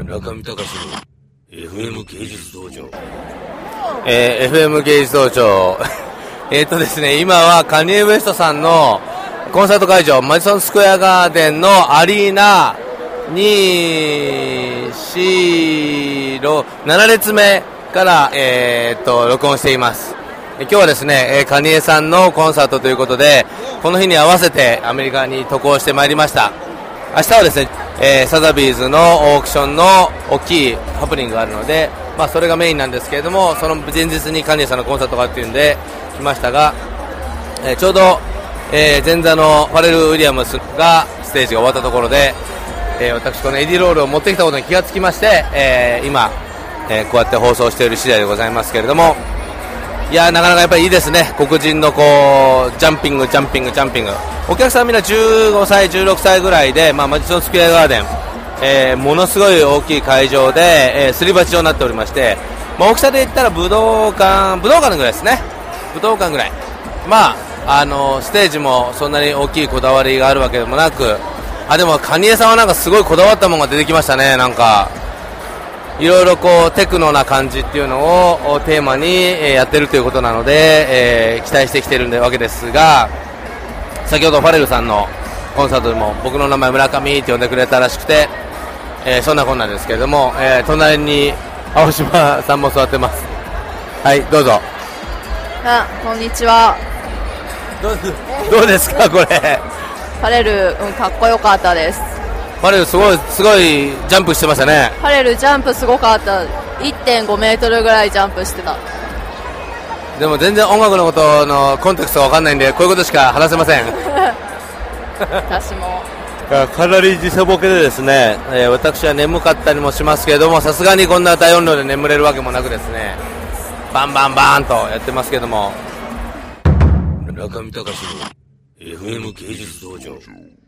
村上隆の FM 芸術道場。 FM 芸術道場ですね、今はカニエ・ウエストさんのコンサート会場、マディソンスクエアガーデンのアリーナ2、4、6、7列目から、録音しています。今日はですね、カニエさんのコンサートということで、この日に合わせてアメリカに渡航してまいりました。明日はですね、サザビーズのオークションの大きいハプニングがあるので、それがメインなんですけれども、その前日にカニエさんのコンサートがあるっていうんで来ましたが、ちょうど、前座のファレル・ウィリアムスがステージが終わったところで、私このエディロールを持ってきたことに気がつきまして、今、こうやって放送している次第でございますけれども、いやなかなかやっぱりいいですね。黒人のこうジャンピング、お客さんみんな15歳16歳ぐらいで、マディソンスクエアガーデン、ものすごい大きい会場で、すり鉢状になっておりまして、大きさで言ったら武道館ぐらいですね。武道館ぐらい、ステージもそんなに大きいこだわりがあるわけでもなく、でもカニエさんはなんかすごいこだわったものが出てきましたね。なんかいろいろこうテクノな感じっていうのをテーマにやってるということなので、期待してきてるわけですが、先ほどファレルさんのコンサートでも僕の名前村上って呼んでくれたらしくて、そんなこんなんですけれども、隣に青島さんも座ってます。はい、どうぞ。 こんにちは。 どうですかこれ。 ファレル、かっこよかったです。 ファレルすごいジャンプしてましたね。 ファレルジャンプすごかった。 1.5 メートルぐらいジャンプしてた。 でも全然音楽のことのコンテクストが分かんないんで、こういうことしか話せません私もかなり時差ボケでですね、私は眠かったりもしますけれども、さすがにこんな大音量で眠れるわけもなくですね、バンバンバーンとやってますけども、 村上隆の FM 芸術道場。